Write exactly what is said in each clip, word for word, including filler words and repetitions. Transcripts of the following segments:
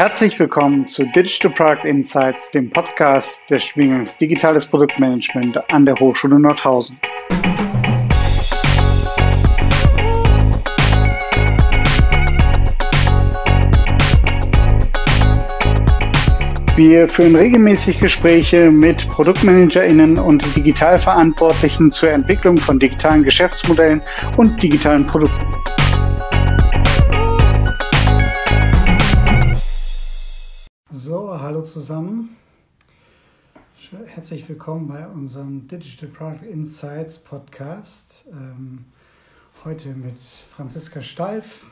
Herzlich willkommen zu Digital Product Insights, dem Podcast des Studiengangs Digitales Produktmanagement an der Hochschule Nordhausen. Wir führen regelmäßig Gespräche mit ProduktmanagerInnen und Digitalverantwortlichen zur Entwicklung von digitalen Geschäftsmodellen und digitalen Produkten. So, hallo zusammen. Herzlich willkommen bei unserem Digital Product Insights Podcast. Ähm, heute mit Franziska Steif.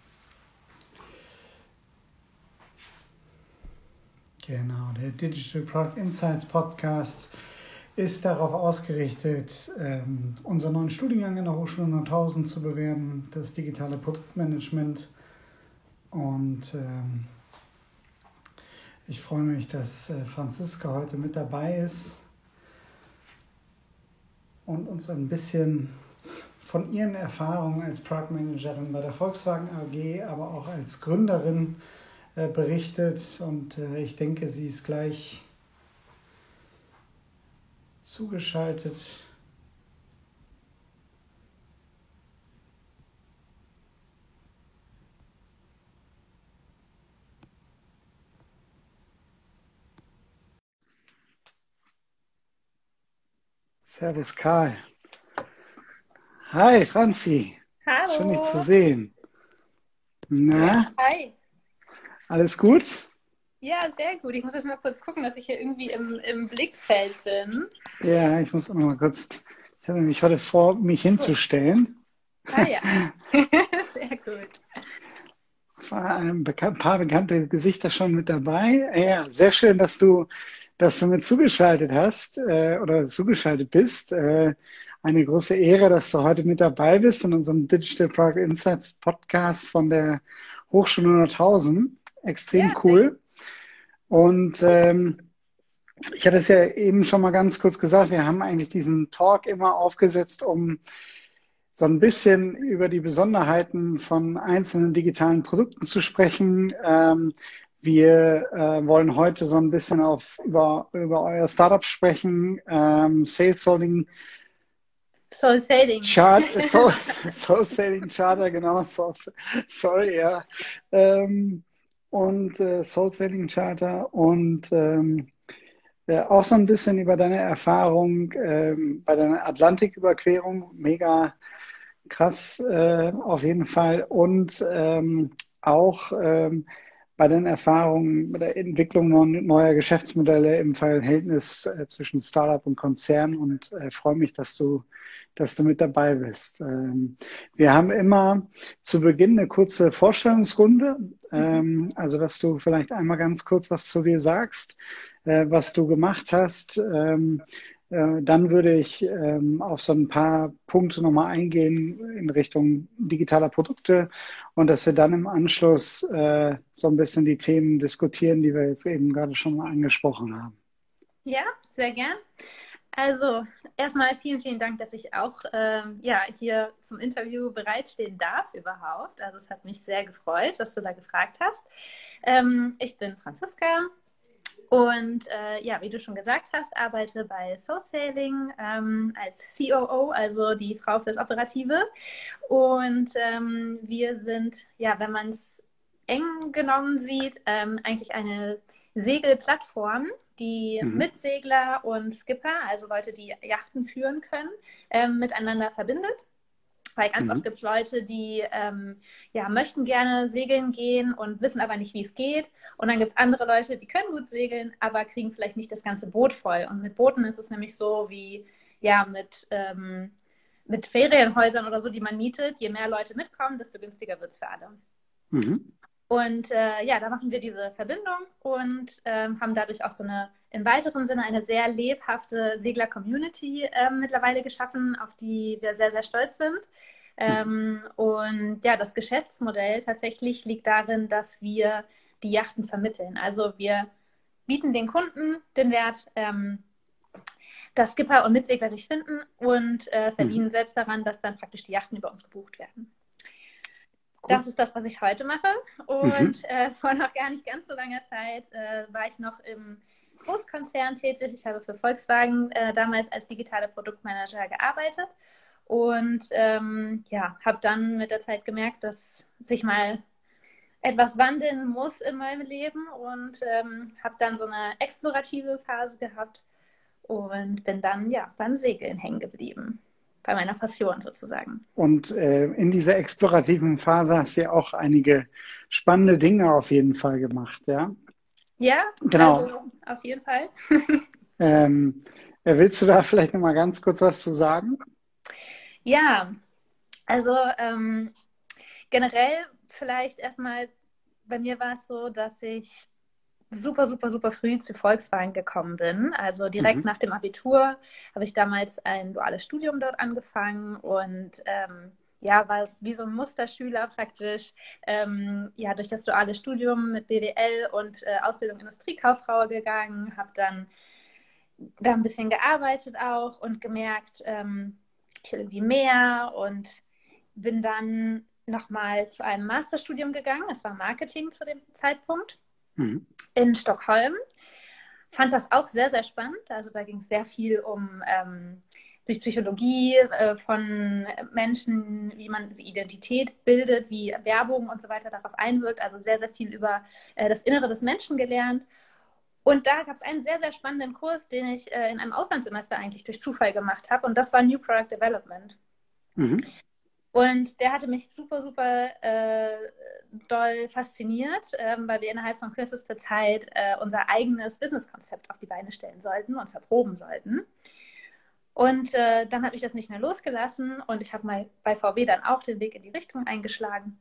Genau, der Digital Product Insights Podcast ist darauf ausgerichtet, ähm, unseren neuen Studiengang an der Hochschule Nordhausen zu bewerben, das digitale Produktmanagement. Und ähm, ich freue mich, dass äh, Franziska heute mit dabei ist und uns ein bisschen von ihren Erfahrungen als Product Managerin bei der Volkswagen A G, aber auch als Gründerin äh, berichtet. Und äh, ich denke, sie ist gleich zugeschaltet. Servus Karl. Hi Franzi. Hallo. Schön dich zu sehen. Na, Ja, hi. alles gut? Ja, sehr gut. Ich muss jetzt mal kurz gucken, dass ich hier irgendwie im, im Blickfeld bin. Ja, ich muss auch noch mal kurz, ich hatte nämlich heute vor, mich hinzustellen. Ah ja, sehr gut. Ein bekan- paar bekannte Gesichter schon mit dabei. Ja, sehr schön, dass du, dass du mir zugeschaltet hast äh, oder zugeschaltet bist. Äh, eine große Ehre, dass du heute mit dabei bist in unserem Digital Product Insights Podcast von der Hochschule Nordhausen. Extrem Ja, sehr cool. Und ähm, ich hatte es ja eben schon mal ganz kurz gesagt, wir haben eigentlich diesen Talk immer aufgesetzt, um so ein bisschen über die Besonderheiten von einzelnen digitalen Produkten zu sprechen. Ähm, wir äh, wollen heute so ein bisschen auf, über, über euer Startup sprechen, ähm, Sales Sourcing Soul Sailing. Chart, Soul, Soul Sailing Charter, genau, Soul, sorry, ja. Ähm, und äh, Soul Sailing Charter und ähm, ja, auch so ein bisschen über deine Erfahrung ähm, bei deiner Atlantiküberquerung. Mega krass, äh, auf jeden Fall. Und ähm, auch ähm, bei den Erfahrungen, bei der Entwicklung neu- neuer Geschäftsmodelle im Verhältnis äh, zwischen Startup und Konzern und äh, freue mich, dass du, dass du mit dabei bist. Ähm, wir haben immer zu Beginn eine kurze Vorstellungsrunde, ähm, also dass du vielleicht einmal ganz kurz was zu dir sagst, äh, was du gemacht hast. Ähm, äh, Dann würde ich ähm, auf so ein paar Punkte nochmal eingehen in Richtung digitaler Produkte und dass wir dann im Anschluss äh, so ein bisschen die Themen diskutieren, die wir jetzt eben gerade schon mal angesprochen haben. Ja, sehr gern. Also, erstmal vielen, vielen Dank, dass ich auch ähm, ja, hier zum Interview bereitstehen darf überhaupt. Also, es hat mich sehr gefreut, dass du da gefragt hast. Ähm, ich bin Franziska. Und äh, ja, wie du schon gesagt hast, arbeite bei Soul Sailing ähm, als C O O, also die Frau fürs Operative. Und ähm, wir sind, ja, wenn man es eng genommen sieht, ähm, eigentlich eine Segelplattform, die Mhm. Mitsegler und Skipper, also Leute, die Yachten führen können, ähm, miteinander verbindet. Weil ganz oft Mhm. gibt es Leute, die ähm, ja, möchten gerne segeln gehen und wissen aber nicht, wie es geht. Und dann gibt es andere Leute, die können gut segeln, aber kriegen vielleicht nicht das ganze Boot voll. Und mit Booten ist es nämlich so wie ja, mit, ähm, mit Ferienhäusern oder so, die man mietet. Je mehr Leute mitkommen, desto günstiger wird es für alle. Mhm. Und äh, ja, da machen wir diese Verbindung und ähm, haben dadurch auch so eine, im weiteren Sinne, eine sehr lebhafte Segler-Community äh, mittlerweile geschaffen, auf die wir sehr, sehr stolz sind. Mhm. Ähm, und ja, das Geschäftsmodell tatsächlich liegt darin, dass wir die Yachten vermitteln. Also wir bieten den Kunden den Wert, ähm, dass Skipper und Mitsegler sich finden und äh, Mhm. verdienen selbst daran, dass dann praktisch die Yachten über uns gebucht werden. Das Cool. ist das, was ich heute mache. Und Mhm. äh, vor noch gar nicht ganz so langer Zeit äh, war ich noch im Großkonzern tätig. Ich habe für Volkswagen äh, damals als digitaler Produktmanager gearbeitet und ähm, ja, habe dann mit der Zeit gemerkt, dass sich mal etwas wandeln muss in meinem Leben und ähm, habe dann so eine explorative Phase gehabt und bin dann ja beim Segeln hängen geblieben, bei meiner Passion sozusagen. Und äh, in dieser explorativen Phase hast du ja auch einige spannende Dinge auf jeden Fall gemacht, ja? Ja, Genau. also auf jeden Fall. Ähm, äh, willst du da vielleicht noch mal ganz kurz was zu sagen? Ja, also ähm, generell vielleicht erstmal, bei mir war es so, dass ich super, super, super früh zu Volkswagen gekommen bin. Also direkt Mhm. nach dem Abitur habe ich damals ein duales Studium dort angefangen und ähm, ja, war wie so ein Musterschüler praktisch. Ähm, ja, durch das duale Studium mit B W L und äh, Ausbildung Industriekauffrau gegangen, habe dann da ein bisschen gearbeitet auch und gemerkt, ähm, ich will irgendwie mehr und bin dann nochmal zu einem Masterstudium gegangen. Das war Marketing zu dem Zeitpunkt Mhm. in Stockholm. Fand das auch sehr, sehr spannend. Also da ging es sehr viel um ähm, die Psychologie äh, von Menschen, wie man die Identität bildet, wie Werbung und so weiter darauf einwirkt. Also sehr, sehr viel über äh, das Innere des Menschen gelernt. Und da gab es einen sehr, sehr spannenden Kurs, den ich äh, in einem Auslandssemester eigentlich durch Zufall gemacht habe. Und das war New Product Development. Mhm. Und der hatte mich super, super äh, doll fasziniert, ähm, weil wir innerhalb von kürzester Zeit äh, unser eigenes Businesskonzept auf die Beine stellen sollten und verproben sollten. Und äh, dann hat mich das nicht mehr losgelassen und ich habe mal bei V W dann auch den Weg in die Richtung eingeschlagen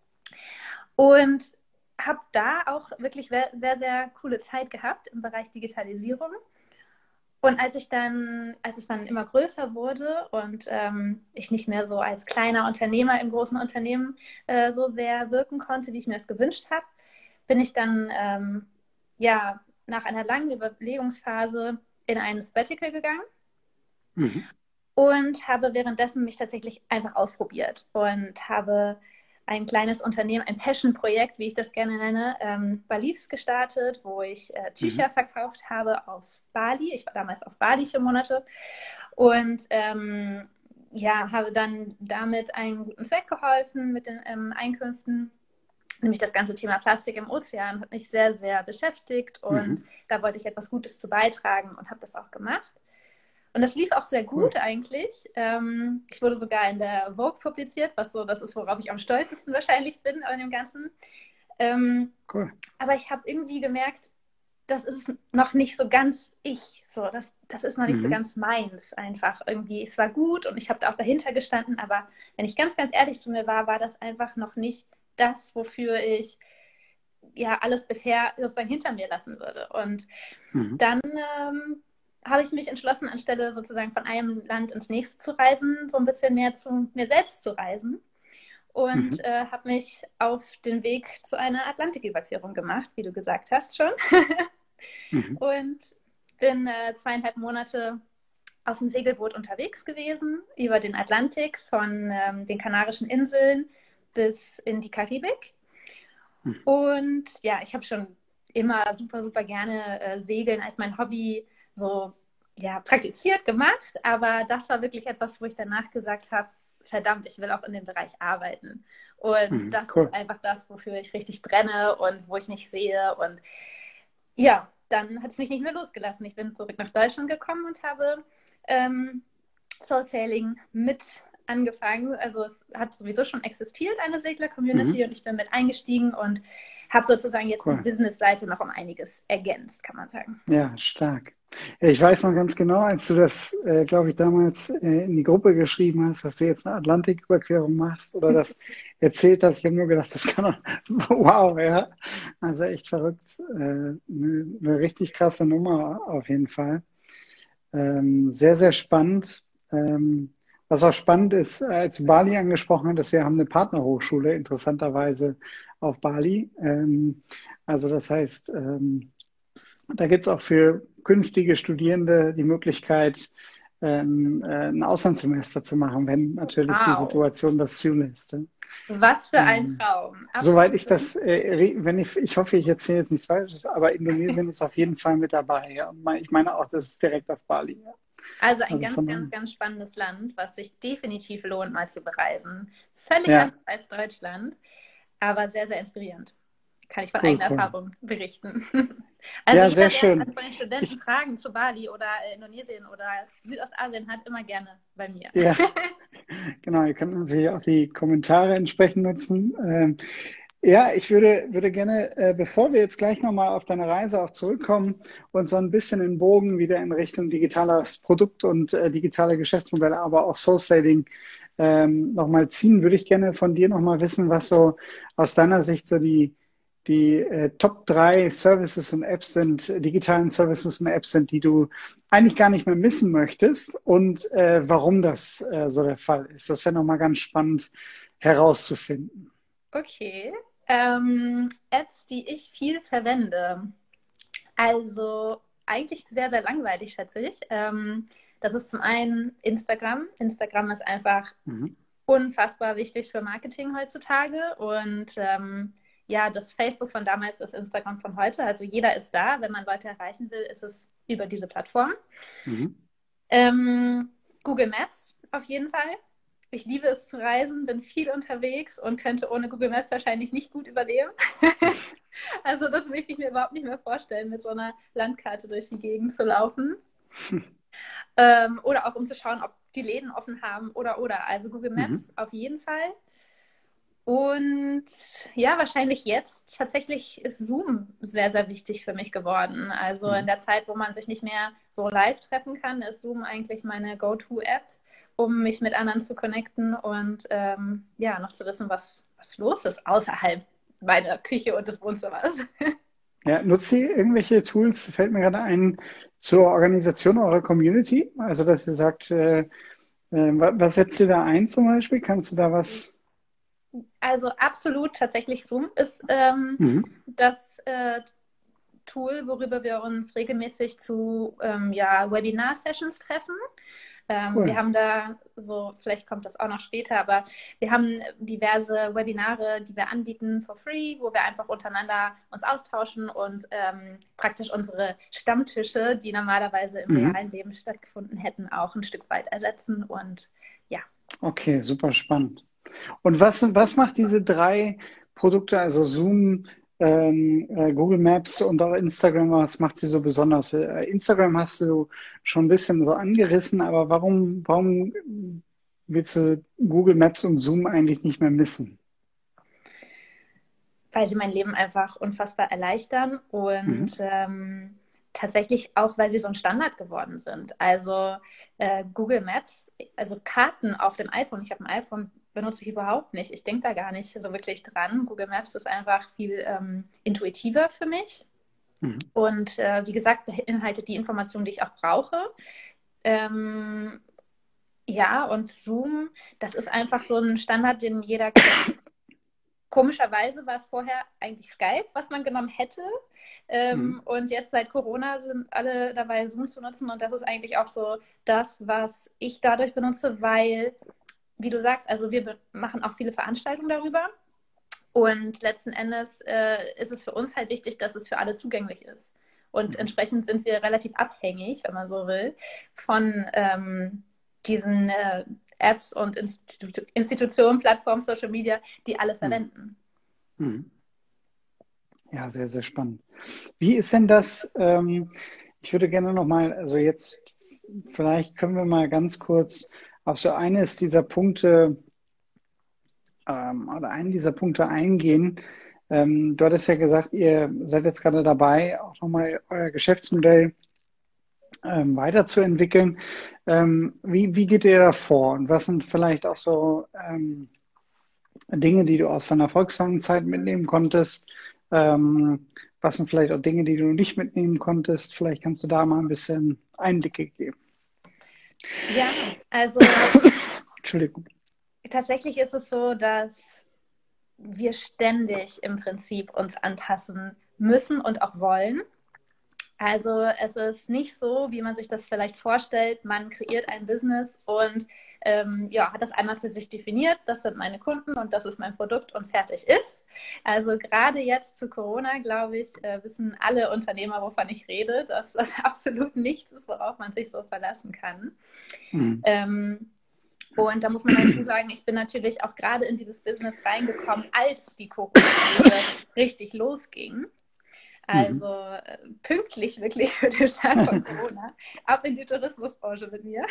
und habe da auch wirklich sehr, sehr coole Zeit gehabt im Bereich Digitalisierung. Und als ich dann, als es dann immer größer wurde und ähm, ich nicht mehr so als kleiner Unternehmer im großen Unternehmen äh, so sehr wirken konnte, wie ich mir es gewünscht habe, bin ich dann ähm, ja nach einer langen Überlegungsphase in ein Sabbatical gegangen Mhm. und habe währenddessen mich tatsächlich einfach ausprobiert und habe ein kleines Unternehmen, ein Passion-Projekt, wie ich das gerne nenne, ähm, Baliefs gestartet, wo ich äh, Tücher Mhm. verkauft habe aus Bali. Ich war damals auf Bali für Monate und ähm, ja, habe dann damit einen guten Zweck geholfen mit den ähm, Einkünften. Nämlich das ganze Thema Plastik im Ozean hat mich sehr, sehr beschäftigt und Mhm. da wollte ich etwas Gutes zu beitragen und habe das auch gemacht. Und das lief auch sehr Cool. gut eigentlich. Ähm, ich wurde sogar in der Vogue publiziert, was so das ist, worauf ich am stolzesten wahrscheinlich bin an dem Ganzen. Ähm, Cool. aber ich habe irgendwie gemerkt, das ist noch nicht so ganz ich. So, das, das ist noch nicht so Mhm. ganz meins einfach. Irgendwie, es war gut und ich habe da auch dahinter gestanden, aber wenn ich ganz, ganz ehrlich zu mir war, war das einfach noch nicht das, wofür ich ja alles bisher sozusagen hinter mir lassen würde. Und Mhm. dann ähm, habe ich mich entschlossen, anstelle sozusagen von einem Land ins nächste zu reisen, so ein bisschen mehr zu mir selbst zu reisen und Mhm. äh, habe mich auf den Weg zu einer Atlantiküberquerung gemacht, wie du gesagt hast schon. Mhm. Und bin äh, zweieinhalb Monate auf dem Segelboot unterwegs gewesen, über den Atlantik von ähm, den Kanarischen Inseln bis in die Karibik. Mhm. Und ja, ich habe schon immer super, super gerne äh, Segeln als mein Hobby so ja, praktiziert gemacht. Aber das war wirklich etwas, wo ich danach gesagt habe, verdammt, ich will auch in dem Bereich arbeiten. Und Mhm. das ist Cool. einfach das, wofür ich richtig brenne und wo ich mich sehe. Und ja, dann hat es mich nicht mehr losgelassen. Ich bin zurück nach Deutschland gekommen und habe ähm, Soul Sailing mit angefangen. Also es hat sowieso schon existiert, eine Segler-Community, Mhm. und ich bin mit eingestiegen und habe sozusagen jetzt die Cool. Business-Seite noch um einiges ergänzt, kann man sagen. Ja, stark. Ja, ich weiß noch ganz genau, als du das, äh, glaube ich, damals äh, in die Gruppe geschrieben hast, dass du jetzt eine Atlantiküberquerung machst oder das erzählt hast. Ich habe nur gedacht, das kann doch, wow, ja. Also echt verrückt. Äh, eine, eine richtig krasse Nummer auf jeden Fall. Ähm, sehr, sehr spannend. Ähm, was auch spannend ist, als du Bali angesprochen hast, wir haben eine Partnerhochschule interessanterweise auf Bali. Ähm, also das heißt, ähm, da gibt es auch für künftige Studierende die Möglichkeit, ähm, äh, ein Auslandssemester zu machen, wenn natürlich die Wow, Situation das zulässt. Ja. was für ein Ähm, Traum. Soweit ich Absolut. das, äh, re- wenn ich, ich hoffe, ich erzähle jetzt nichts Falsches, aber Indonesien ist auf jeden Fall mit dabei. Ja. Und mein- Ich meine auch, das ist direkt auf Bali. Ja. Also ein Also ganz, von ganz, daher. ganz spannendes Land, was sich definitiv lohnt, mal zu bereisen. Völlig Ja, anders als Deutschland, aber sehr, sehr inspirierend. Kann ich von cool, eigener cool. Erfahrung berichten. Also Ja, jeder, sehr der schön. also von den Studenten Ich, Fragen zu Bali oder äh, Indonesien oder Südostasien hat, immer gerne bei mir. ja, genau, ihr könnt natürlich auch die Kommentare entsprechend nutzen. Ähm, ja, ich würde, würde gerne, äh, bevor wir jetzt gleich nochmal auf deine Reise auch zurückkommen und so ein bisschen den Bogen wieder in Richtung digitales Produkt und äh, digitale Geschäftsmodelle, aber auch Soul Saving ähm, nochmal ziehen, würde ich gerne von dir nochmal wissen, was so aus deiner Sicht so die, die äh, Top drei Services und Apps sind, äh, digitalen Services und Apps sind, die du eigentlich gar nicht mehr missen möchtest und äh, warum das äh, so der Fall ist. Das wäre nochmal ganz spannend herauszufinden. Okay. Ähm, Apps, die ich viel verwende. Also eigentlich sehr, sehr langweilig, schätze ich. Ähm, das ist zum einen Instagram. Instagram ist einfach Mhm. unfassbar wichtig für Marketing heutzutage. Und ähm, ja, das Facebook von damals ist Instagram von heute. Also jeder ist da. Wenn man Leute erreichen will, ist es über diese Plattform. Mhm. Ähm, Google Maps auf jeden Fall. Ich liebe es zu reisen, bin viel unterwegs und könnte ohne Google Maps wahrscheinlich nicht gut überleben. Also das möchte ich mir überhaupt nicht mehr vorstellen, mit so einer Landkarte durch die Gegend zu laufen. Ähm, oder auch um zu schauen, ob die Läden offen haben oder oder. Also Google Mhm. Maps auf jeden Fall. Und ja, wahrscheinlich jetzt tatsächlich ist Zoom sehr, sehr wichtig für mich geworden. Also in Mhm. der Zeit, wo man sich nicht mehr so live treffen kann, ist Zoom eigentlich meine Go-To-App, um mich mit anderen zu connecten und ähm, ja, noch zu wissen, was, was los ist außerhalb meiner Küche und des Wohnzimmers. Ja, nutzt ihr irgendwelche Tools, fällt mir gerade ein, zur Organisation eurer Community? Also, dass ihr sagt, äh, äh, wa- was setzt ihr da ein zum Beispiel? Kannst du da was? Also absolut, tatsächlich Zoom ist ähm, Mhm. das äh, Tool, worüber wir uns regelmäßig zu ähm, ja, Webinar-Sessions treffen. Ähm, wir Cool. haben da so, vielleicht kommt das auch noch später, aber wir haben diverse Webinare, die wir anbieten for free, wo wir einfach untereinander uns austauschen und ähm, praktisch unsere Stammtische, die normalerweise im Mhm. realen Leben stattgefunden hätten, auch ein Stück weit ersetzen. Und ja, Okay, super spannend. Und was, was macht diese drei Produkte, also Zoom, ähm, äh, Google Maps und auch Instagram, was macht sie so besonders? Äh, Instagram hast du schon ein bisschen so angerissen, aber warum, warum willst du Google Maps und Zoom eigentlich nicht mehr missen? weil sie mein Leben einfach unfassbar erleichtern und Mhm. ähm, tatsächlich auch, weil sie so ein Standard geworden sind. Also äh, Google Maps, also Karten auf dem iPhone, ich habe ein iPhone, benutze ich überhaupt nicht. Ich denke da gar nicht so wirklich dran. Google Maps ist einfach viel ähm, intuitiver für mich Mhm. und äh, wie gesagt, beinhaltet die Informationen, die ich auch brauche. Ähm, ja, und Zoom, das ist einfach so ein Standard, den jeder kennt. Komischerweise war es vorher eigentlich Skype, was man genommen hätte. Ähm, Mhm. und jetzt seit Corona sind alle dabei, Zoom zu nutzen. Und das ist eigentlich auch so das, was ich dadurch benutze, weil, wie du sagst, also wir machen auch viele Veranstaltungen darüber. Und letzten Endes äh, ist es für uns halt wichtig, dass es für alle zugänglich ist. Und Mhm. entsprechend sind wir relativ abhängig, wenn man so will, von ähm, diesen äh, Apps und Institu Institutionen, Plattformen, Social Media, die alle Mhm. verwenden. Mhm. Ja, sehr, sehr spannend. Wie ist denn das? Ähm, ich würde gerne noch mal, also jetzt, vielleicht können wir mal ganz kurz auf so eines dieser Punkte ähm, oder einen dieser Punkte eingehen. Ähm, du hattest ja gesagt, ihr seid jetzt gerade dabei, auch nochmal euer Geschäftsmodell ähm, weiterzuentwickeln. Ähm, wie, wie geht ihr da vor? Und was sind vielleicht auch so ähm, Dinge, die du aus deiner Volkswagenzeit mitnehmen konntest? Ähm, was sind vielleicht auch Dinge, die du nicht mitnehmen konntest? Vielleicht kannst du da mal ein bisschen Einblicke geben. Ja, also Entschuldigung. tatsächlich ist es so, dass wir ständig im Prinzip uns anpassen müssen und auch wollen. Also es ist nicht so, wie man sich das vielleicht vorstellt, man kreiert ein Business und ähm, ja, hat das einmal für sich definiert, das sind meine Kunden und das ist mein Produkt und fertig ist. Also gerade jetzt zu Corona, glaube ich, äh, wissen alle Unternehmer, wovon ich rede, dass das absolut nichts ist, worauf man sich so verlassen kann. Mhm. Ähm, und da muss man dazu sagen, ich bin natürlich auch gerade in dieses Business reingekommen, als die Corona-Krise richtig losging. Also äh, pünktlich wirklich für den Start von Corona, ab in die Tourismusbranche mit mir.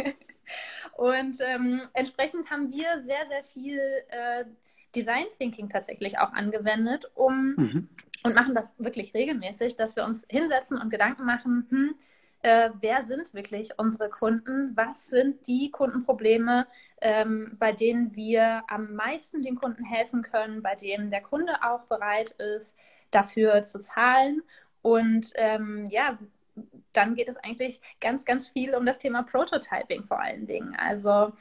Und ähm, entsprechend haben wir sehr, sehr viel äh, Design Thinking tatsächlich auch angewendet, um Mhm. und machen das wirklich regelmäßig, dass wir uns hinsetzen und Gedanken machen, hm, äh, wer sind wirklich unsere Kunden? Was sind die Kundenprobleme, ähm, bei denen wir am meisten den Kunden helfen können, bei denen der Kunde auch bereit ist, dafür zu zahlen? Und ähm, ja, dann geht es eigentlich ganz, ganz viel um das Thema Prototyping vor allen Dingen. Also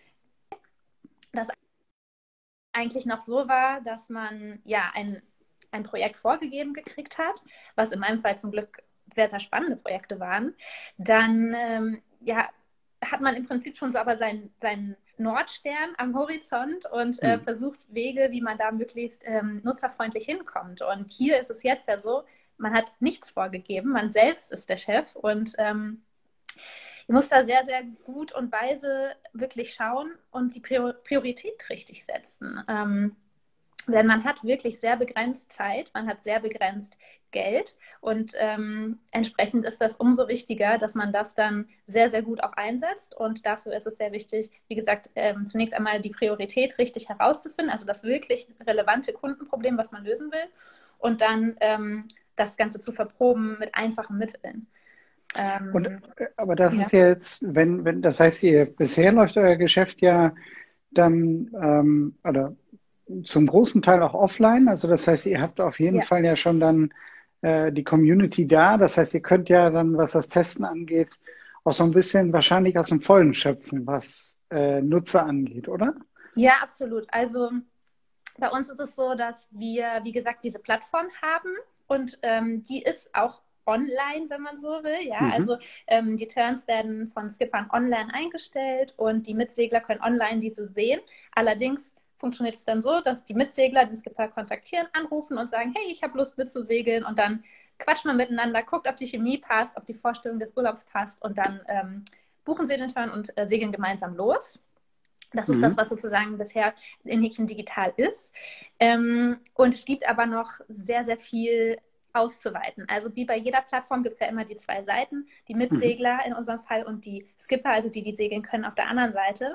das eigentlich noch so war, dass man ja ein, ein Projekt vorgegeben gekriegt hat, was in meinem Fall zum Glück sehr, sehr spannende Projekte waren, dann ähm, ja, hat man im Prinzip schon so aber seinen, seinen Nordstern am Horizont und äh, Mhm. versucht Wege, wie man da möglichst ähm, nutzerfreundlich hinkommt. Und hier ist es jetzt ja so, man hat nichts vorgegeben, man selbst ist der Chef und ähm, ich muss da sehr, sehr gut und weise wirklich schauen und die Priorität richtig setzen. Ähm, denn man hat wirklich sehr begrenzt Zeit, man hat sehr begrenzt Geld und ähm, entsprechend ist das umso wichtiger, dass man das dann sehr, sehr gut auch einsetzt. Und dafür ist es sehr wichtig, wie gesagt, ähm, zunächst einmal die Priorität richtig herauszufinden, also das wirklich relevante Kundenproblem, was man lösen will, und dann ähm, das Ganze zu verproben mit einfachen Mitteln. Und, Ähm, äh, aber das ja. ist ja jetzt, wenn, wenn, das heißt, ihr, bisher läuft euer Geschäft ja dann, ähm, oder zum großen Teil auch offline. Also das heißt, ihr habt auf jeden Ja. Fall ja schon dann äh, die Community da. Das heißt, ihr könnt ja dann, was das Testen angeht, auch so ein bisschen wahrscheinlich aus dem Vollen schöpfen, was äh, Nutzer angeht, oder? Ja, absolut. Also bei uns ist es so, dass wir, wie gesagt, diese Plattform haben und ähm, die ist auch online, wenn man so will. Ja, Mhm. also ähm, die Turns werden von Skippern online eingestellt und die Mitsegler können online diese sehen. Allerdings funktioniert es dann so, dass die Mitsegler den Skipper kontaktieren, anrufen und sagen, hey, ich habe Lust mitzusegeln, und dann quatscht man miteinander, guckt, ob die Chemie passt, ob die Vorstellung des Urlaubs passt, und dann ähm, buchen sie den Turn und äh, segeln gemeinsam los. Das ist das, Mhm. was sozusagen bisher in Häkchen digital ist. Ähm, und es gibt aber noch sehr, sehr viel auszuweiten. Also wie bei jeder Plattform gibt es ja immer die zwei Seiten, die Mhm. Mitsegler in unserem Fall und die Skipper, also die, die segeln können, auf der anderen Seite.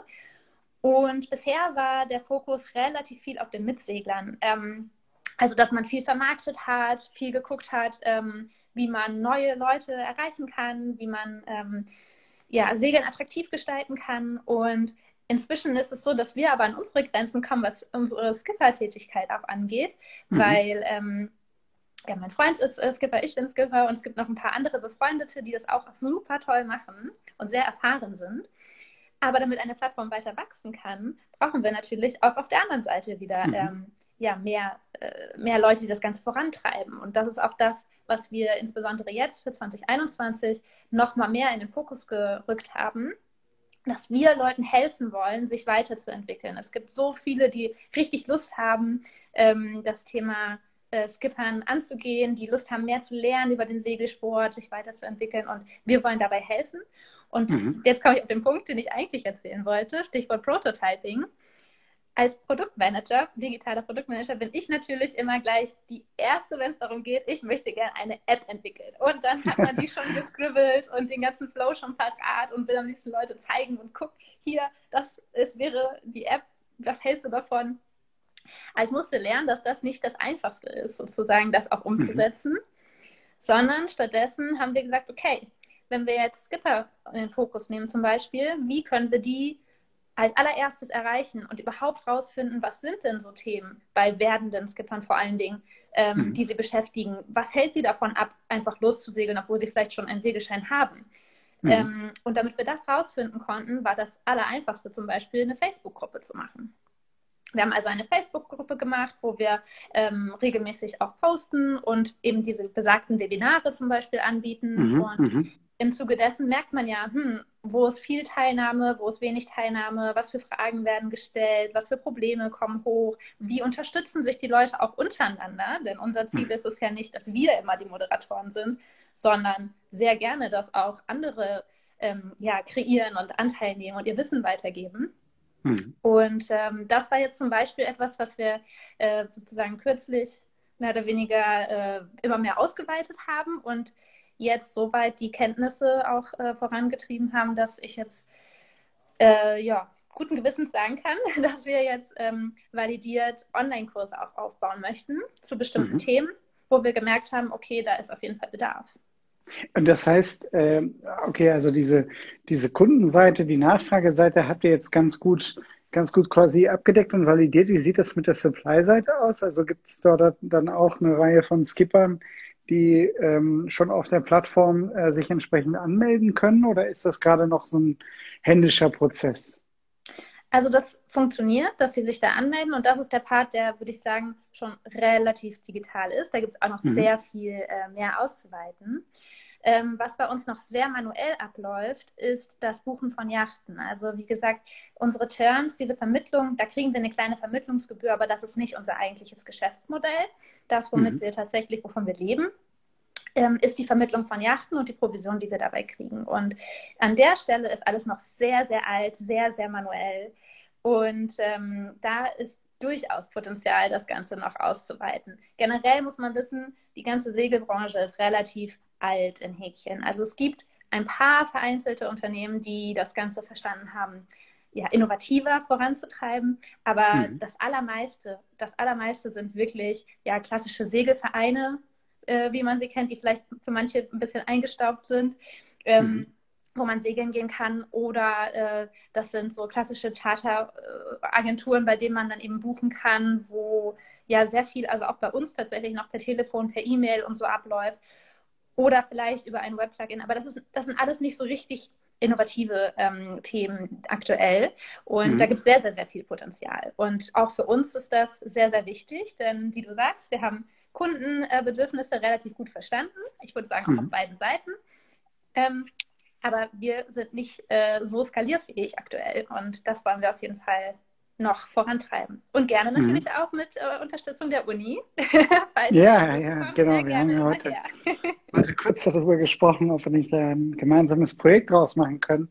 Und bisher war der Fokus relativ viel auf den Mitseglern. Ähm, also dass man viel vermarktet hat, viel geguckt hat, ähm, wie man neue Leute erreichen kann, wie man ähm, ja, Segeln attraktiv gestalten kann. Und inzwischen ist es so, dass wir aber an unsere Grenzen kommen, was unsere Skipper-Tätigkeit auch angeht, Mhm. weil ähm, ja, mein Freund ist äh, Skipper, ich bin Skipper, und es gibt noch ein paar andere Befreundete, die das auch super toll machen und sehr erfahren sind. Aber damit eine Plattform weiter wachsen kann, brauchen wir natürlich auch auf der anderen Seite wieder Mhm. ähm, ja, mehr, äh, mehr Leute, die das Ganze vorantreiben. Und das ist auch das, was wir insbesondere jetzt für zwanzig einundzwanzig noch mal mehr in den Fokus gerückt haben, dass wir Leuten helfen wollen, sich weiterzuentwickeln. Es gibt so viele, die richtig Lust haben, ähm, das Thema äh, Skippern anzugehen, die Lust haben, mehr zu lernen über den Segelsport, sich weiterzuentwickeln, und wir wollen dabei helfen. Und Mhm. jetzt komme ich auf den Punkt, den ich eigentlich erzählen wollte, Stichwort Prototyping. Als Produktmanager, digitaler Produktmanager, bin ich natürlich immer gleich die Erste, wenn es darum geht, ich möchte gerne eine App entwickeln. Und dann hat man die schon gescribbelt und den ganzen Flow schon parat und will am liebsten Leute zeigen und guck, hier, das ist, wäre die App, was hältst du davon? Aber ich musste lernen, dass das nicht das Einfachste ist, sozusagen das auch Mhm. umzusetzen, sondern stattdessen haben wir gesagt, okay, wenn wir jetzt Skipper in den Fokus nehmen zum Beispiel, wie können wir die als allererstes erreichen und überhaupt rausfinden, was sind denn so Themen bei werdenden Skippern vor allen Dingen, ähm, Mhm. die sie beschäftigen. Was hält sie davon ab, einfach loszusegeln, obwohl sie vielleicht schon einen Segelschein haben? Mhm. Ähm, und damit wir das rausfinden konnten, war das Allereinfachste zum Beispiel, eine Facebook-Gruppe zu machen. Wir haben also eine Facebook-Gruppe gemacht, wo wir ähm, regelmäßig auch posten und eben diese besagten Webinare zum Beispiel anbieten. Mhm, Und mhm. im Zuge dessen merkt man ja, hm, wo ist viel Teilnahme, wo ist wenig Teilnahme, was für Fragen werden gestellt, was für Probleme kommen hoch, wie unterstützen sich die Leute auch untereinander, denn unser Ziel ist es ja nicht, dass wir immer die Moderatoren sind, sondern sehr gerne, dass auch andere ähm, ja, kreieren und Anteil nehmen und ihr Wissen weitergeben. Mhm. Und ähm, das war jetzt zum Beispiel etwas, was wir äh, sozusagen kürzlich mehr oder weniger äh, immer mehr ausgeweitet haben und jetzt soweit die Kenntnisse auch äh, vorangetrieben haben, dass ich jetzt äh, ja, guten Gewissens sagen kann, dass wir jetzt ähm, validiert Online-Kurse auch aufbauen möchten zu bestimmten Mhm. Themen, wo wir gemerkt haben, okay, da ist auf jeden Fall Bedarf. Und das heißt, äh, okay, also diese, diese Kundenseite, die Nachfrageseite habt ihr jetzt ganz gut, ganz gut quasi abgedeckt und validiert. Wie sieht das mit der Supply-Seite aus? Also gibt es dort dann auch eine Reihe von Skippern, die ähm, schon auf der Plattform äh, sich entsprechend anmelden können, oder ist das gerade noch so ein händischer Prozess? Also das funktioniert, dass sie sich da anmelden und das ist der Part, der, würde ich sagen, schon relativ digital ist. Da gibt es auch noch Mhm. sehr viel äh, mehr auszuweiten. Ähm, was bei uns noch sehr manuell abläuft, ist das Buchen von Yachten. Also wie gesagt, unsere Turns, diese Vermittlung, da kriegen wir eine kleine Vermittlungsgebühr, aber das ist nicht unser eigentliches Geschäftsmodell. Das, womit Mhm. wir tatsächlich, wovon wir leben, ähm, ist die Vermittlung von Yachten und die Provision, die wir dabei kriegen. Und an der Stelle ist alles noch sehr, sehr alt, sehr, sehr manuell. Und ähm, da ist durchaus Potenzial, das Ganze noch auszuweiten. Generell muss man wissen, die ganze Segelbranche ist relativ alt in Häkchen. Also es gibt ein paar vereinzelte Unternehmen, die das Ganze verstanden haben, ja, innovativer voranzutreiben. Aber Mhm. das Allermeiste, das Allermeiste sind wirklich ja, klassische Segelvereine, äh, wie man sie kennt, die vielleicht für manche ein bisschen eingestaubt sind. Ähm, Mhm. wo man segeln gehen kann oder äh, das sind so klassische Charteragenturen, bei denen man dann eben buchen kann, wo ja sehr viel, also auch bei uns tatsächlich noch per Telefon, per E-Mail und so abläuft oder vielleicht über ein Web-Plugin, aber das, ist, das sind alles nicht so richtig innovative ähm, Themen aktuell und da Mhm. gibt es sehr, sehr, sehr viel Potenzial und auch für uns ist das sehr, sehr wichtig, denn wie du sagst, wir haben Kundenbedürfnisse relativ gut verstanden, ich würde sagen auch auf Mhm. beiden Seiten. Ähm, aber wir sind nicht äh, so skalierfähig aktuell und das wollen wir auf jeden Fall noch vorantreiben. Und gerne natürlich Mhm. auch mit äh, Unterstützung der Uni. Falls ihr Ja, Interesse ja, bekommt, sehr genau. Wir haben gerne ja immer heute her. also kurz darüber gesprochen, ob wir nicht ein gemeinsames Projekt draus machen können,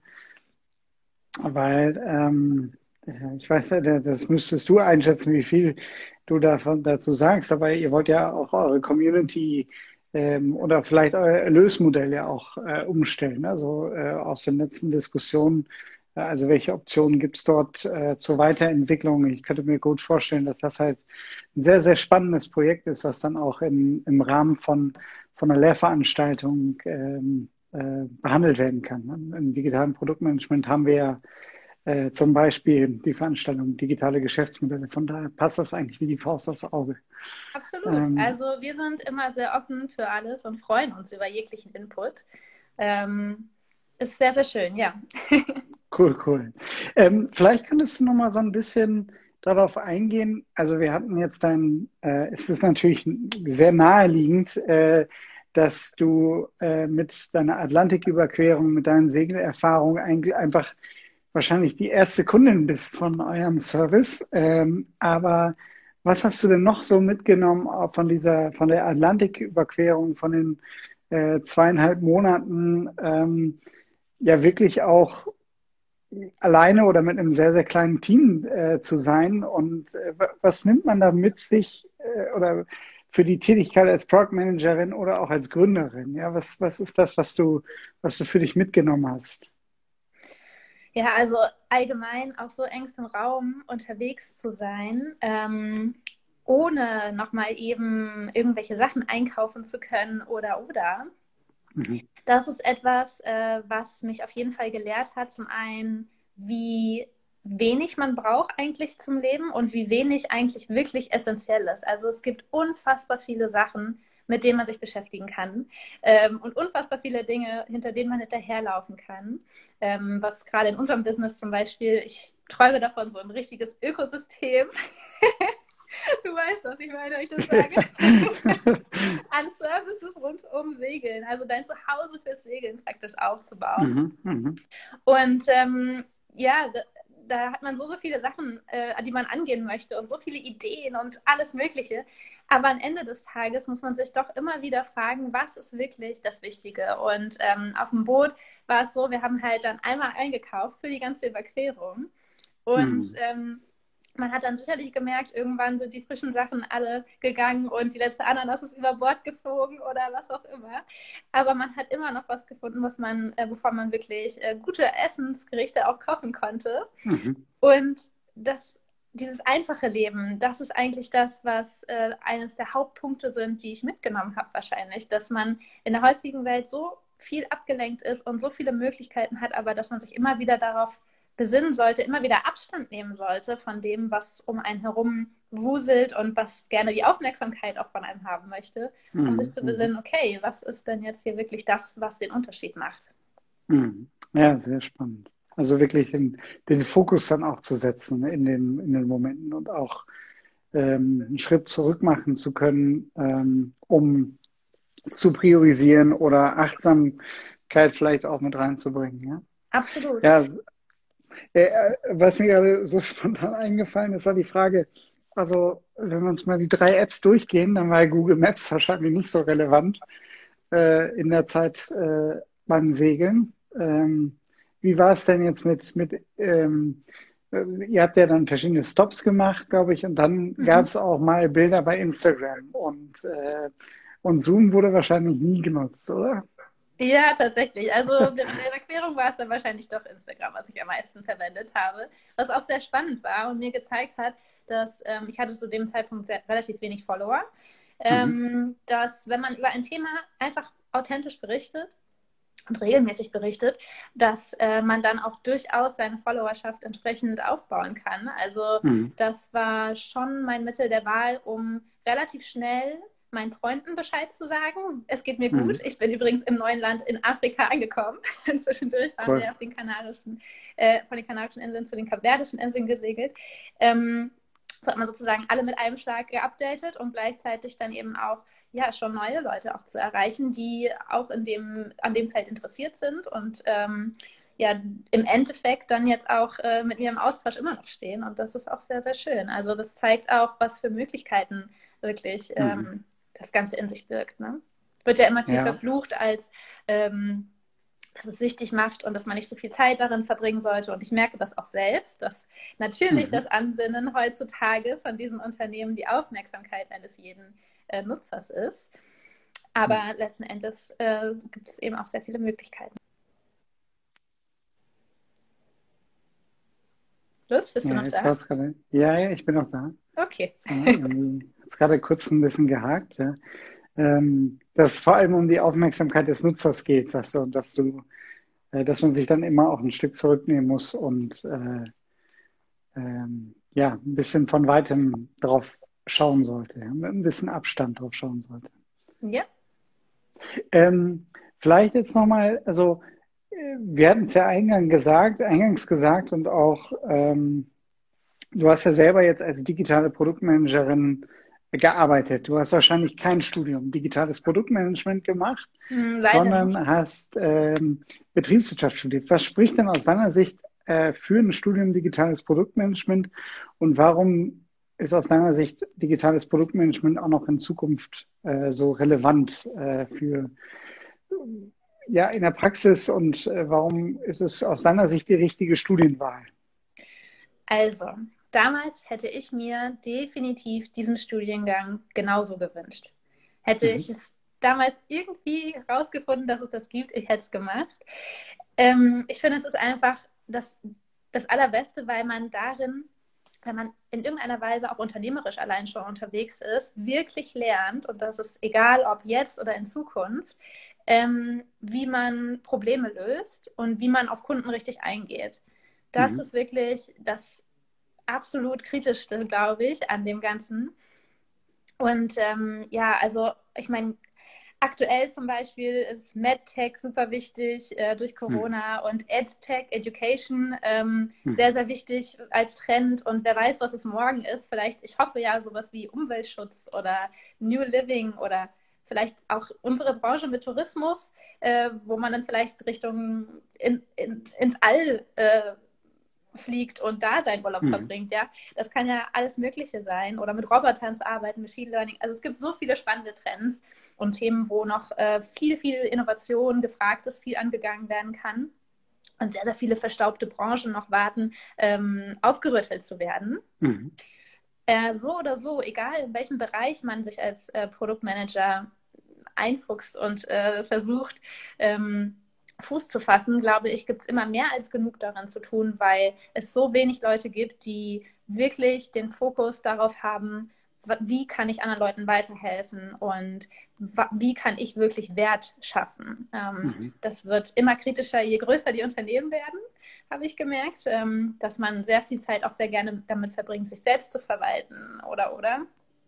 weil ähm, ja, ich weiß ja, das müsstest du einschätzen, wie viel du davon dazu sagst, aber ihr wollt ja auch eure Community ähm, oder vielleicht euer Erlösmodell ja auch äh, umstellen. Also äh, aus den letzten Diskussionen, äh, also welche Optionen gibt es dort äh, zur Weiterentwicklung? Ich könnte mir gut vorstellen, dass das halt ein sehr, sehr spannendes Projekt ist, was dann auch in, im Rahmen von, von einer Lehrveranstaltung ähm, äh, behandelt werden kann. Im digitalen Produktmanagement haben wir ja äh, zum Beispiel die Veranstaltung digitale Geschäftsmodelle. Von daher passt das eigentlich wie die Faust aufs Auge. Absolut. Ähm, Also wir sind immer sehr offen für alles und freuen uns über jeglichen Input. Ähm, ist sehr, sehr schön, ja. cool, cool. Ähm, vielleicht könntest du noch mal so ein bisschen darauf eingehen. Also wir hatten jetzt dein, äh, es ist natürlich sehr naheliegend, äh, dass du äh, mit deiner Atlantiküberquerung, mit deinen Segelerfahrungen eigentlich einfach wahrscheinlich die erste Kundin bist von eurem Service. Ähm, aber was hast du denn noch so mitgenommen auch von dieser, von der Atlantiküberquerung, von den äh, zweieinhalb Monaten, ähm, ja wirklich auch alleine oder mit einem sehr, sehr kleinen Team äh, zu sein? Und äh, was nimmt man da mit sich äh, oder für die Tätigkeit als Product Managerin oder auch als Gründerin? Ja, was, was ist das, was du, was du für dich mitgenommen hast? Ja, also allgemein auf so engstem Raum unterwegs zu sein, ähm, ohne nochmal eben irgendwelche Sachen einkaufen zu können oder oder. Mhm. Das ist etwas, äh, was mich auf jeden Fall gelehrt hat. Zum einen, wie wenig man braucht eigentlich zum Leben und wie wenig eigentlich wirklich essentiell ist. Also es gibt unfassbar viele Sachen, mit denen man sich beschäftigen kann ähm, und unfassbar viele Dinge, hinter denen man hinterherlaufen kann. Ähm, was gerade in unserem Business zum Beispiel, ich träume davon, so ein richtiges Ökosystem. Du weißt, was ich meine, wenn ich das sage. An Services rund um Segeln, also dein Zuhause fürs Segeln praktisch aufzubauen. Mhm, mhm. Und ähm, ja, da, da hat man so, so viele Sachen, äh, die man angehen möchte und so viele Ideen und alles Mögliche. Aber am Ende des Tages muss man sich doch immer wieder fragen, was ist wirklich das Wichtige? Und ähm, auf dem Boot war es so, wir haben halt dann einmal eingekauft für die ganze Überquerung. Und Mhm. ähm, man hat dann sicherlich gemerkt, irgendwann sind die frischen Sachen alle gegangen und die letzte Ananas ist über Bord geflogen oder was auch immer. Aber man hat immer noch was gefunden, was man, äh, wovon man wirklich äh, gute Essensgerichte auch kochen konnte. Mhm. Und das, dieses einfache Leben, das ist eigentlich das, was äh, eines der Hauptpunkte sind, die ich mitgenommen habe wahrscheinlich, dass man in der heutigen Welt so viel abgelenkt ist und so viele Möglichkeiten hat, aber dass man sich immer wieder darauf besinnen sollte, immer wieder Abstand nehmen sollte von dem, was um einen herum wuselt und was gerne die Aufmerksamkeit auch von einem haben möchte, um sich Mhm. zu Mhm. besinnen, okay, was ist denn jetzt hier wirklich das, was den Unterschied macht? Mhm. Ja, sehr spannend. Also wirklich den, den Fokus dann auch zu setzen in den, in den Momenten und auch ähm, einen Schritt zurück machen zu können, ähm, um zu priorisieren oder Achtsamkeit vielleicht auch mit reinzubringen. Ja, Absolut. ja äh, was mir gerade so spontan eingefallen ist, war die Frage, also wenn wir uns mal die drei Apps durchgehen, dann war Google Maps wahrscheinlich nicht so relevant äh, in der Zeit äh, beim Segeln. Ähm, wie war es denn jetzt mit, mit ähm, äh, ihr habt ja dann verschiedene Stops gemacht, glaube ich, und dann gab Mhm. es auch mal Bilder bei Instagram und, äh, und Zoom wurde wahrscheinlich nie genutzt, oder? Ja, tatsächlich. Also in der Überquerung war es dann wahrscheinlich doch Instagram, was ich am meisten verwendet habe, was auch sehr spannend war und mir gezeigt hat, dass ähm, ich hatte zu dem Zeitpunkt sehr, relativ wenig Follower, Mhm. ähm, dass wenn man über ein Thema einfach authentisch berichtet und regelmäßig berichtet, dass äh, man dann auch durchaus seine Followerschaft entsprechend aufbauen kann. Also Mhm. das war schon mein Mittel der Wahl, um relativ schnell meinen Freunden Bescheid zu sagen. Es geht mir gut. Mhm. Ich bin übrigens im neuen Land in Afrika angekommen. Zwischendurch waren Cool. wir auf den Kanarischen, äh, von den Kanarischen Inseln zu den Kapverdischen Inseln gesegelt. Ähm, so hat man sozusagen alle mit einem Schlag geupdatet und gleichzeitig dann eben auch ja schon neue Leute auch zu erreichen, die auch in dem, an dem Feld interessiert sind und ähm, ja im Endeffekt dann jetzt auch äh, mit mir im Austausch immer noch stehen. Und das ist auch sehr, sehr schön. Also das zeigt auch, was für Möglichkeiten wirklich Mhm. ähm, das Ganze in sich birgt. Ne? Wird ja immer viel Ja. verflucht als ähm, dass es süchtig macht und dass man nicht so viel Zeit darin verbringen sollte. Und ich merke das auch selbst, dass natürlich Mhm. das Ansinnen heutzutage von diesen Unternehmen die Aufmerksamkeit eines jeden äh, Nutzers ist. Aber Mhm. letzten Endes äh, gibt es eben auch sehr viele Möglichkeiten. Lutz, bist du Ja, noch jetzt da? war es gerade. Ja, ja, ich bin noch da. Okay. Aber irgendwie hat es gerade kurz ein bisschen gehakt, ja. Ähm, dass es vor allem um die Aufmerksamkeit des Nutzers geht, sagst du, und dass du, äh, dass man sich dann immer auch ein Stück zurücknehmen muss und äh, ähm, ja, ein bisschen von weitem drauf schauen sollte, ja, mit ein bisschen Abstand drauf schauen sollte. Ja. Ähm, vielleicht jetzt nochmal, also äh, wir hatten es ja eingangs gesagt, eingangs gesagt und auch ähm, du hast ja selber jetzt als digitale Produktmanagerin gearbeitet. Du hast wahrscheinlich kein Studium digitales Produktmanagement gemacht, Hm, leider nicht. sondern hast ähm, Betriebswirtschaft studiert. Was spricht denn aus deiner Sicht äh, für ein Studium digitales Produktmanagement und warum ist aus deiner Sicht digitales Produktmanagement auch noch in Zukunft äh, so relevant äh, für ja in der Praxis und äh, warum ist es aus deiner Sicht die richtige Studienwahl? Also, damals hätte ich mir definitiv diesen Studiengang genauso gewünscht. Hätte ich Mhm. es damals irgendwie rausgefunden, dass es das gibt, ich hätte es gemacht. Ähm, ich finde, es ist einfach das, das Allerbeste, weil man darin, wenn man in irgendeiner Weise auch unternehmerisch allein schon unterwegs ist, wirklich lernt, und das ist egal, ob jetzt oder in Zukunft, ähm, wie man Probleme löst und wie man auf Kunden richtig eingeht. Das Mhm. ist wirklich das absolut Kritischste, glaube ich, an dem Ganzen. Und ähm, ja, also ich meine, aktuell zum Beispiel ist MedTech super wichtig äh, durch Mhm. Corona und EdTech, Education, ähm, sehr, Mhm. sehr wichtig als Trend. Und wer weiß, was es morgen ist. Vielleicht, ich hoffe ja, sowas wie Umweltschutz oder New Living oder vielleicht auch unsere Branche mit Tourismus, äh, wo man dann vielleicht Richtung in, in, ins All äh, fliegt und da seinen Urlaub Mhm. verbringt, ja. Das kann ja alles Mögliche sein. Oder mit Robotern zu arbeiten, Machine Learning. Also es gibt so viele spannende Trends und Themen, wo noch äh, viel, viel Innovation gefragt ist, viel angegangen werden kann und sehr, sehr viele verstaubte Branchen noch warten, ähm, aufgerüttelt zu werden. Mhm. Äh, so oder so, egal in welchem Bereich man sich als äh, Produktmanager einfuchst und äh, versucht, ähm, Fuß zu fassen, glaube ich, gibt es immer mehr als genug daran zu tun, weil es so wenig Leute gibt, die wirklich den Fokus darauf haben, wie kann ich anderen Leuten weiterhelfen und wie kann ich wirklich Wert schaffen. Ähm, Mhm. das wird immer kritischer, je größer die Unternehmen werden, habe ich gemerkt, ähm, dass man sehr viel Zeit auch sehr gerne damit verbringt, sich selbst zu verwalten oder oder.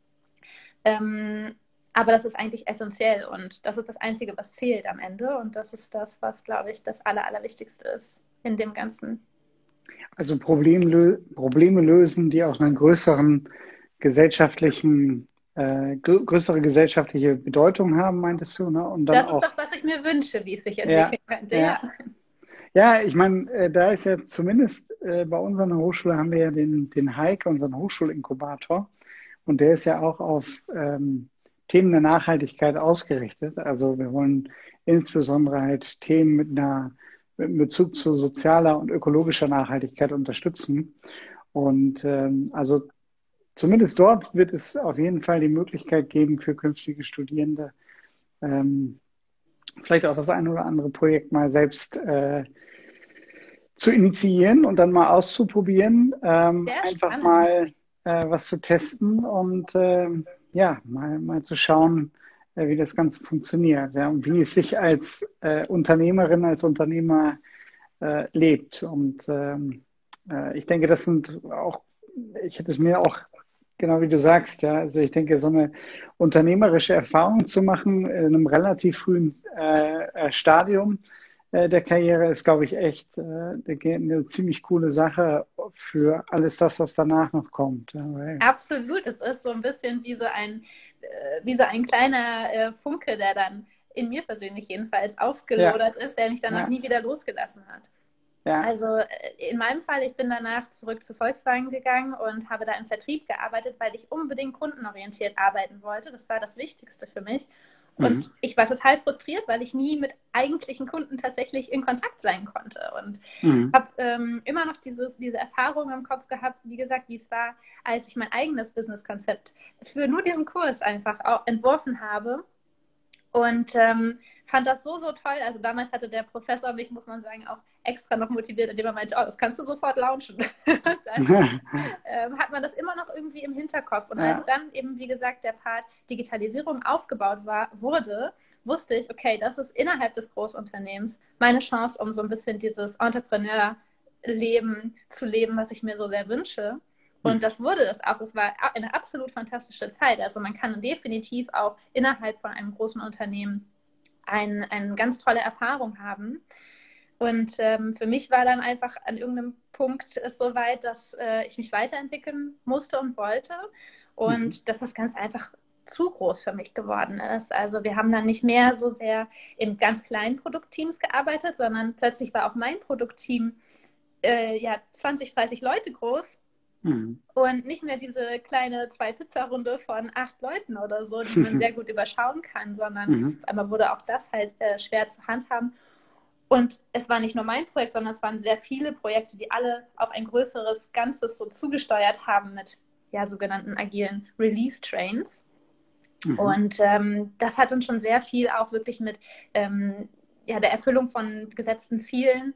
Ähm, aber das ist eigentlich essentiell und das ist das Einzige, was zählt am Ende. Und das ist das, was, glaube ich, das Aller, Allerwichtigste ist in dem Ganzen. Also Problemlö Probleme lösen, die auch einen größeren gesellschaftlichen, äh, grö größere gesellschaftliche Bedeutung haben, meintest du, ne? Und dann Das ist auch, das, was ich mir wünsche, wie es sich ja, entwickeln könnte. Ja, ja, ja, ich meine, äh, da ist ja zumindest äh, bei uns an der Hochschule haben wir ja den, den Heike, unseren Hochschulinkubator, und der ist ja auch auf ähm, Themen der Nachhaltigkeit ausgerichtet. Also wir wollen insbesondere halt Themen mit einer mit einem Bezug zu sozialer und ökologischer Nachhaltigkeit unterstützen. Und ähm, also zumindest dort wird es auf jeden Fall die Möglichkeit geben für künftige Studierende, ähm, vielleicht auch das ein oder andere Projekt mal selbst äh, zu initiieren und dann mal auszuprobieren, ähm, sehr einfach spannend. mal äh, was zu testen und ähm, ja, mal, mal zu schauen, äh, wie das Ganze funktioniert, ja, und wie es sich als äh, Unternehmerin, als Unternehmer äh, lebt. Und ähm, äh, ich denke, das sind auch, ich hätte es mir auch, genau wie du sagst, ja, also ich denke, so eine unternehmerische Erfahrung zu machen in einem relativ frühen äh, äh, Stadium äh, der Karriere ist, glaube ich, echt äh, eine ziemlich coole Sache für alles das, was danach noch kommt. Ja, weil, Absolut. Es ist so ein bisschen wie so ein, äh, wie so ein kleiner äh, Funke, der dann in mir persönlich jedenfalls ja, aufgelodert ist, der mich dann noch ja, nie wieder losgelassen hat. ja. Also äh, in meinem Fall, ich bin danach zurück zu Volkswagen gegangen und habe da im Vertrieb gearbeitet, weil ich unbedingt kundenorientiert arbeiten wollte. Das war das Wichtigste für mich. Und Mhm. ich war total frustriert, weil ich nie mit eigentlichen Kunden tatsächlich in Kontakt sein konnte. Und Mhm. habe ähm, immer noch dieses, diese Erfahrung im Kopf gehabt, wie gesagt, wie es war, als ich mein eigenes Businesskonzept für nur diesen Kurs einfach auch entworfen habe und ähm, fand das so, so toll. Also damals hatte der Professor mich, muss man sagen, auch extra noch motiviert, indem er meinte, oh, das kannst du sofort launchen. Dann ähm, hat man das immer noch irgendwie im Hinterkopf. Und als Ja. dann eben, wie gesagt, der Part Digitalisierung aufgebaut war, wurde, wusste ich, okay, das ist innerhalb des Großunternehmens meine Chance, um so ein bisschen dieses Entrepreneur-Leben zu leben, was ich mir so sehr wünsche. Und Mhm. das wurde es auch. Es war eine absolut fantastische Zeit. Also man kann definitiv auch innerhalb von einem großen Unternehmen ein, eine ganz tolle Erfahrung haben. Und ähm, für mich war dann einfach an irgendeinem Punkt es so weit, dass äh, ich mich weiterentwickeln musste und wollte. Mhm. Und dass das ganz einfach zu groß für mich geworden ist. Also wir haben dann nicht mehr so sehr in ganz kleinen Produktteams gearbeitet, sondern plötzlich war auch mein Produktteam äh, ja zwanzig, dreißig Leute groß Mhm. und nicht mehr diese kleine Zwei-Pizza-Runde von acht Leuten oder so, die man sehr gut überschauen kann, sondern Mhm. auf einmal wurde auch das halt äh, schwer zu handhaben. Und es war nicht nur mein Projekt, sondern es waren sehr viele Projekte, die alle auf ein größeres Ganzes so zugesteuert haben mit ja, sogenannten agilen Release-Trains. Mhm. Und ähm, das hat uns schon sehr viel auch wirklich mit ähm, ja, der Erfüllung von gesetzten Zielen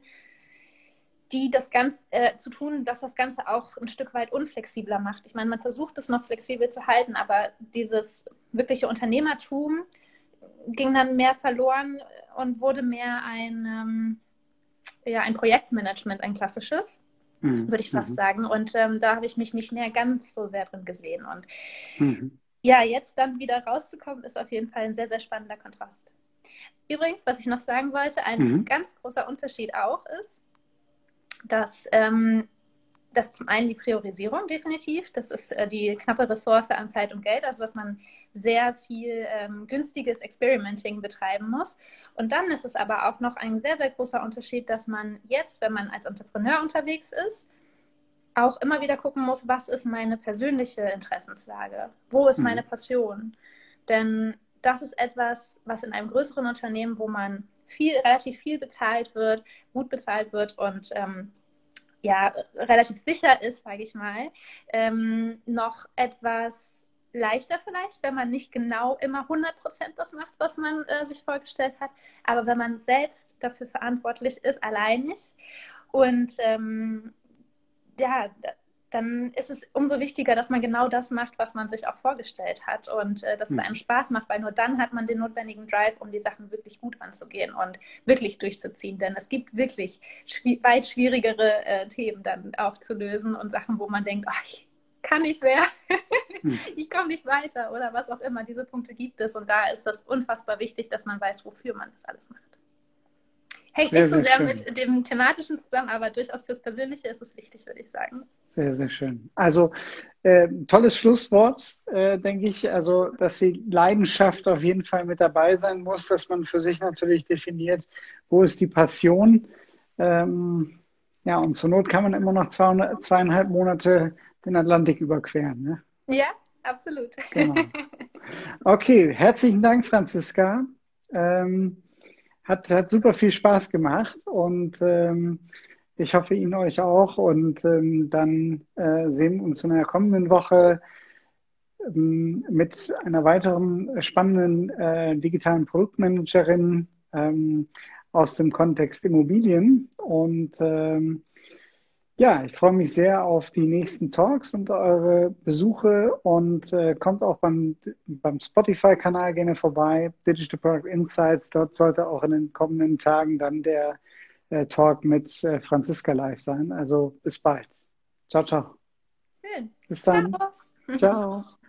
die das Ganze äh, zu tun, dass das Ganze auch ein Stück weit unflexibler macht. Ich meine, man versucht es noch flexibel zu halten, aber dieses wirkliche Unternehmertum ging dann mehr verloren und wurde mehr ein, ähm, ja, ein Projektmanagement, ein klassisches, Mhm. würde ich fast Mhm. sagen. Und ähm, da habe ich mich nicht mehr ganz so sehr drin gesehen. Und Mhm. ja, jetzt dann wieder rauszukommen, ist auf jeden Fall ein sehr, sehr spannender Kontrast. Übrigens, was ich noch sagen wollte, ein Mhm. ganz großer Unterschied auch ist, dass ähm, das zum einen die Priorisierung definitiv, das ist äh, die knappe Ressource an Zeit und Geld, also was man sehr viel ähm, günstiges Experimenting betreiben muss. Und dann ist es aber auch noch ein sehr, sehr großer Unterschied, dass man jetzt, wenn man als Entrepreneur unterwegs ist, auch immer wieder gucken muss, was ist meine persönliche Interessenslage? Wo ist meine Mhm. Passion? Denn das ist etwas, was in einem größeren Unternehmen, wo man viel, relativ viel bezahlt wird, gut bezahlt wird und ähm, ja, relativ sicher ist, sage ich mal, ähm, noch etwas leichter vielleicht, wenn man nicht genau immer hundert Prozent das macht, was man äh, sich vorgestellt hat. Aber wenn man selbst dafür verantwortlich ist, alleinig und ähm, ja, dann ist es umso wichtiger, dass man genau das macht, was man sich auch vorgestellt hat und äh, dass es einem Mhm. Spaß macht, weil nur dann hat man den notwendigen Drive, um die Sachen wirklich gut anzugehen und wirklich durchzuziehen. Denn es gibt wirklich schwi weit schwierigere äh, Themen dann auch zu lösen und Sachen, wo man denkt, oh, ich kann nicht mehr, Mhm. ich komme nicht weiter oder was auch immer. Diese Punkte gibt es und da ist das unfassbar wichtig, dass man weiß, wofür man das alles macht. Hängt Sehr, nicht so sehr sehr schön. mit dem thematischen zusammen, aber durchaus fürs Persönliche ist es wichtig, würde ich sagen. Sehr, sehr schön. Also äh, tolles Schlusswort, äh, denke ich. Also, dass die Leidenschaft auf jeden Fall mit dabei sein muss, dass man für sich natürlich definiert, wo ist die Passion. Ähm, ja, und zur Not kann man immer noch zweihundert, zweieinhalb Monate den Atlantik überqueren. Ne? Ja, absolut. Genau. Okay, herzlichen Dank, Franziska. Ähm, hat, hat super viel Spaß gemacht und ähm, ich hoffe Ihnen euch auch. Und ähm, dann äh, sehen wir uns in der kommenden Woche ähm, mit einer weiteren spannenden äh, digitalen Produktmanagerin ähm, aus dem Kontext Immobilien. Und ähm, ja, ich freue mich sehr auf die nächsten Talks und eure Besuche und äh, kommt auch beim, beim Spotify-Kanal gerne vorbei, Digital Product Insights. Dort sollte auch in den kommenden Tagen dann der äh, Talk mit äh, Franziska live sein. Also bis bald. Ciao, ciao. Schön. Bis dann. Ciao. Ciao.